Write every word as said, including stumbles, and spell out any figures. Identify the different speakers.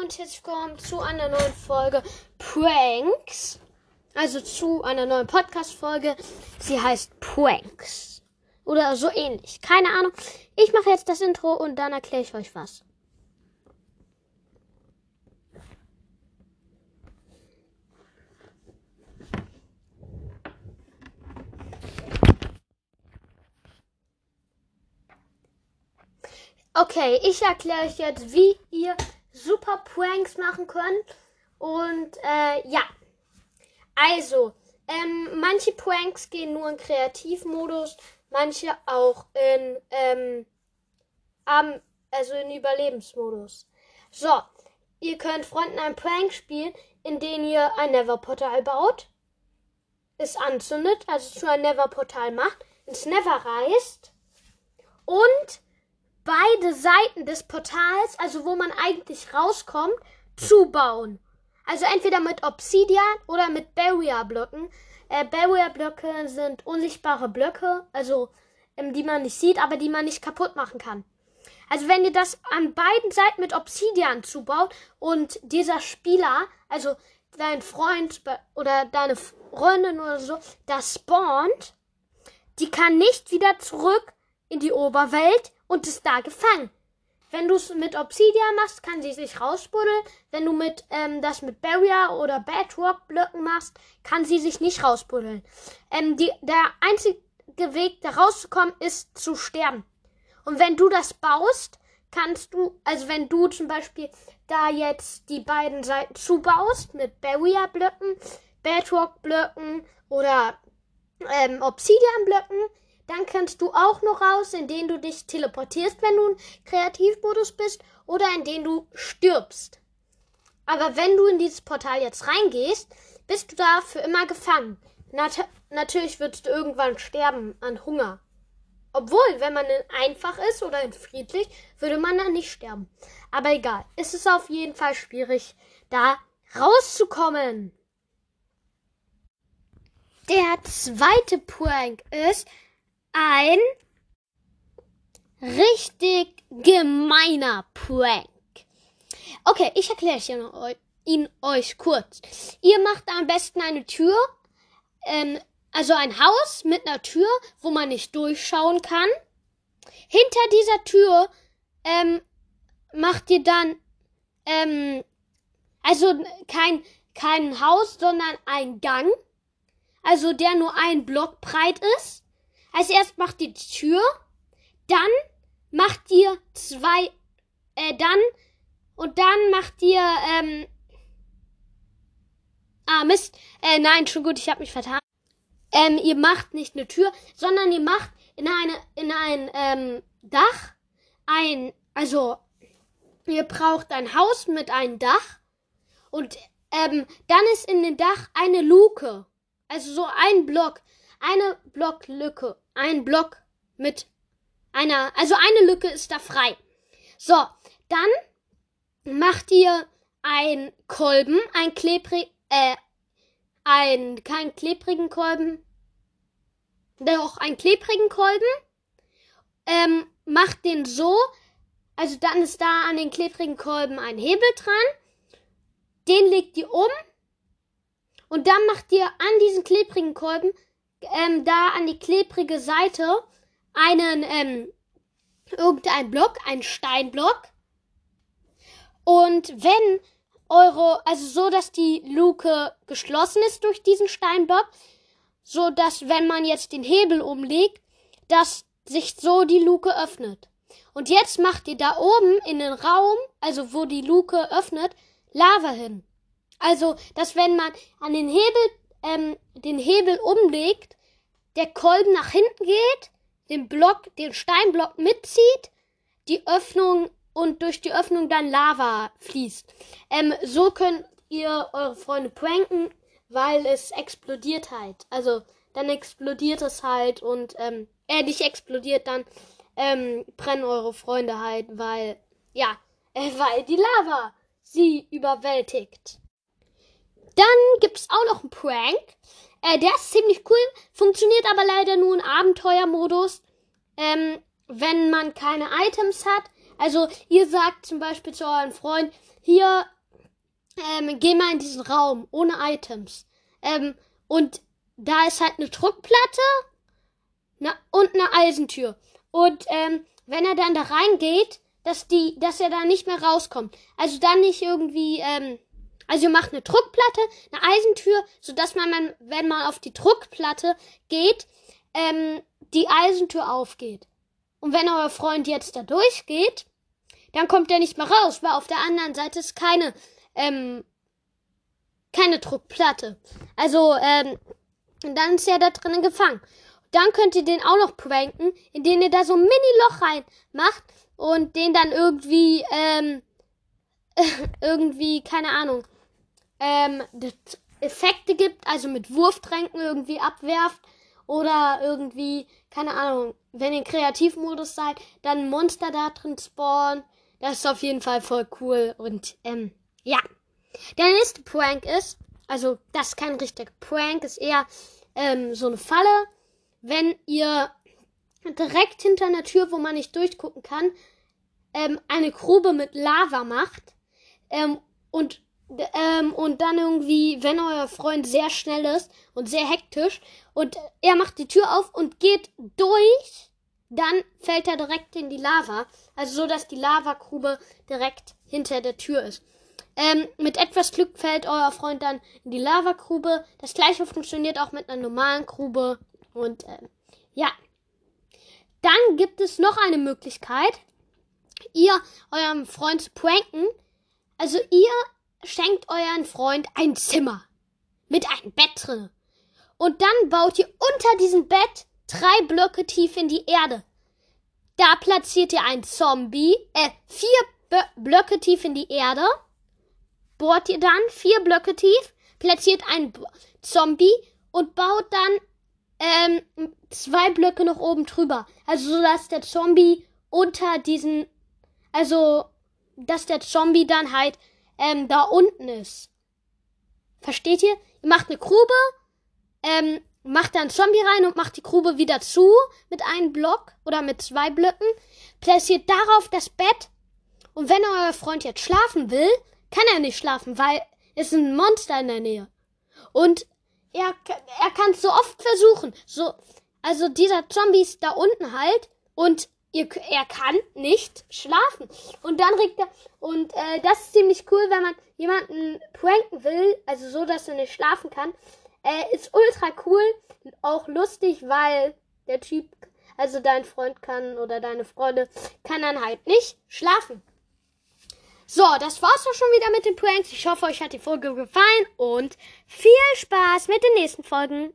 Speaker 1: und herzlich willkommen zu einer neuen Folge Pranks. Also zu einer neuen Podcast-Folge. Sie heißt Pranks. Oder so ähnlich. Keine Ahnung. Ich mache jetzt das Intro und dann erkläre ich euch was. Okay, ich erkläre euch jetzt, wie ihr super Pranks machen könnt. Und äh, ja, also, ähm, manche Pranks gehen nur in Kreativmodus, manche auch in, ähm, am, also in Überlebensmodus. So, ihr könnt Freunden einen Prank spielen, indem ihr ein Nether-Portal baut, es anzündet, also zu einem Nether-Portal macht, ins Nether reist und beide Seiten des Portals, also wo man eigentlich rauskommt, zubauen. Also entweder mit Obsidian oder mit Barrier-Blöcken. Äh, Barrier-Blöcke sind unsichtbare Blöcke, also ähm, die man nicht sieht, aber die man nicht kaputt machen kann. Also wenn ihr das an beiden Seiten mit Obsidian zubaut und dieser Spieler, also dein Freund oder deine Freundin oder so, das spawnt, die kann nicht wieder zurück in die Oberwelt und ist da gefangen. Wenn du es mit Obsidian machst, kann sie sich rausbuddeln. Wenn du mit ähm, das mit Barrier oder Bedrock-Blöcken machst, kann sie sich nicht rausbuddeln. Ähm, die, der einzige Weg, da rauszukommen, ist zu sterben. Und wenn du das baust, kannst du, also wenn du zum Beispiel da jetzt die beiden Seiten zubaust mit Barrier-Blöcken, Bedrock-Blöcken oder ähm, Obsidian-Blöcken, dann kannst du auch noch raus, indem du dich teleportierst, wenn du im Kreativmodus bist, oder indem du stirbst. Aber wenn du in dieses Portal jetzt reingehst, bist du da für immer gefangen. Nat- natürlich würdest du irgendwann sterben an Hunger. Obwohl, wenn man in einfach ist oder in friedlich, würde man dann nicht sterben. Aber egal, es ist auf jeden Fall schwierig, da rauszukommen. Der zweite Prank ist ein richtig gemeiner Prank. Okay, ich erkläre ihn, ihn euch kurz. Ihr macht am besten eine Tür, ähm, also ein Haus mit einer Tür, wo man nicht durchschauen kann. Hinter dieser Tür ähm, macht ihr dann, ähm, also kein, kein Haus, sondern ein Gang, also der nur ein Block breit ist. Als erst macht ihr die Tür, dann macht ihr zwei, äh, dann, und dann macht ihr, ähm, ah, Mist, äh, nein, schon gut, ich habe mich vertan. Ähm, ihr macht nicht eine Tür, sondern ihr macht in eine, in ein, ähm, Dach ein, also, ihr braucht ein Haus mit einem Dach und, ähm, dann ist in dem Dach eine Luke, also so ein Block, eine Blocklücke. Ein Block mit einer, also eine Lücke ist da frei. So, dann macht ihr einen Kolben, ein klebrig, äh, ein, keinen klebrigen Kolben, doch einen klebrigen Kolben, ähm, macht den so, also dann ist da an den klebrigen Kolben ein Hebel dran, den legt ihr um und dann macht ihr an diesen klebrigen Kolben Ähm, da an die klebrige Seite einen, ähm, irgendein Block, ein Steinblock. Und wenn eure, also so, dass die Luke geschlossen ist durch diesen Steinblock, so dass, wenn man jetzt den Hebel umlegt, dass sich so die Luke öffnet. Und jetzt macht ihr da oben in den Raum, also wo die Luke öffnet, Lava hin. Also, dass wenn man an den Hebel ähm, den Hebel umlegt, der Kolben nach hinten geht, den Block, den Steinblock mitzieht, die Öffnung und durch die Öffnung dann Lava fließt. Ähm, so könnt ihr eure Freunde pranken, weil es explodiert halt. Also dann explodiert es halt und ähm, äh, nicht explodiert, dann ähm, brennen eure Freunde halt, weil, ja, äh, weil die Lava sie überwältigt. Dann gibt's auch noch einen Prank. Äh, der ist ziemlich cool, funktioniert aber leider nur in Abenteuermodus, ähm, wenn man keine Items hat. Also ihr sagt zum Beispiel zu eurem Freund, hier, ähm, geh mal in diesen Raum ohne Items. Ähm, und da ist halt eine Druckplatte na, und eine Eisentür. Und ähm, wenn er dann da reingeht, dass die, dass er da nicht mehr rauskommt. Also dann nicht irgendwie, ähm, also ihr macht eine Druckplatte, eine Eisentür, sodass man, wenn man auf die Druckplatte geht, ähm, die Eisentür aufgeht. Und wenn euer Freund jetzt da durchgeht, dann kommt er nicht mehr raus, weil auf der anderen Seite ist keine, ähm, keine Druckplatte. Also, ähm, dann ist er da drinnen gefangen. Dann könnt ihr den auch noch pranken, indem ihr da so ein Mini-Loch reinmacht und den dann irgendwie, ähm, irgendwie, keine Ahnung, ähm, Effekte gibt, also mit Wurftränken irgendwie abwerft oder irgendwie, keine Ahnung, wenn ihr im Kreativmodus seid, dann ein Monster da drin spawnen. Das ist auf jeden Fall voll cool und, ähm, ja. Der nächste Prank ist, also das ist kein richtiger Prank, ist eher, ähm, so eine Falle, wenn ihr direkt hinter einer Tür, wo man nicht durchgucken kann, ähm, eine Grube mit Lava macht, ähm, und Ähm, und dann irgendwie, wenn euer Freund sehr schnell ist und sehr hektisch und er macht die Tür auf und geht durch, dann fällt er direkt in die Lava. Also so, dass die Lavagrube direkt hinter der Tür ist. Ähm, mit etwas Glück fällt euer Freund dann in die Lavagrube. Das gleiche funktioniert auch mit einer normalen Grube. Und ähm, ja. Dann gibt es noch eine Möglichkeit, ihr eurem Freund zu pranken. Also ihr schenkt euren Freund ein Zimmer mit einem Bett drin. Und dann baut ihr unter diesem Bett drei Blöcke tief in die Erde. Da platziert ihr einen Zombie, äh, vier Bö- Blöcke tief in die Erde. Bohrt ihr dann vier Blöcke tief, platziert einen B- Zombie und baut dann ähm, zwei Blöcke noch oben drüber. Also so, dass der Zombie unter diesen, also dass der Zombie dann halt Ähm, da unten ist. Versteht ihr? Ihr macht eine Grube, ähm, macht da einen Zombie rein und macht die Grube wieder zu mit einem Block oder mit zwei Blöcken, platziert darauf das Bett und wenn euer Freund jetzt schlafen will, kann er nicht schlafen, weil es ist ein Monster in der Nähe. Und er, er kann es so oft versuchen. So, also dieser Zombie ist da unten halt und Ihr, er kann nicht schlafen. Und dann regt er, und äh, das ist ziemlich cool, wenn man jemanden pranken will, also so, dass er nicht schlafen kann. Äh, ist ultra cool, auch lustig, weil der Typ, also dein Freund kann oder deine Freunde, kann dann halt nicht schlafen. So, das war's doch schon wieder mit den Pranks. Ich hoffe, euch hat die Folge gefallen und viel Spaß mit den nächsten Folgen.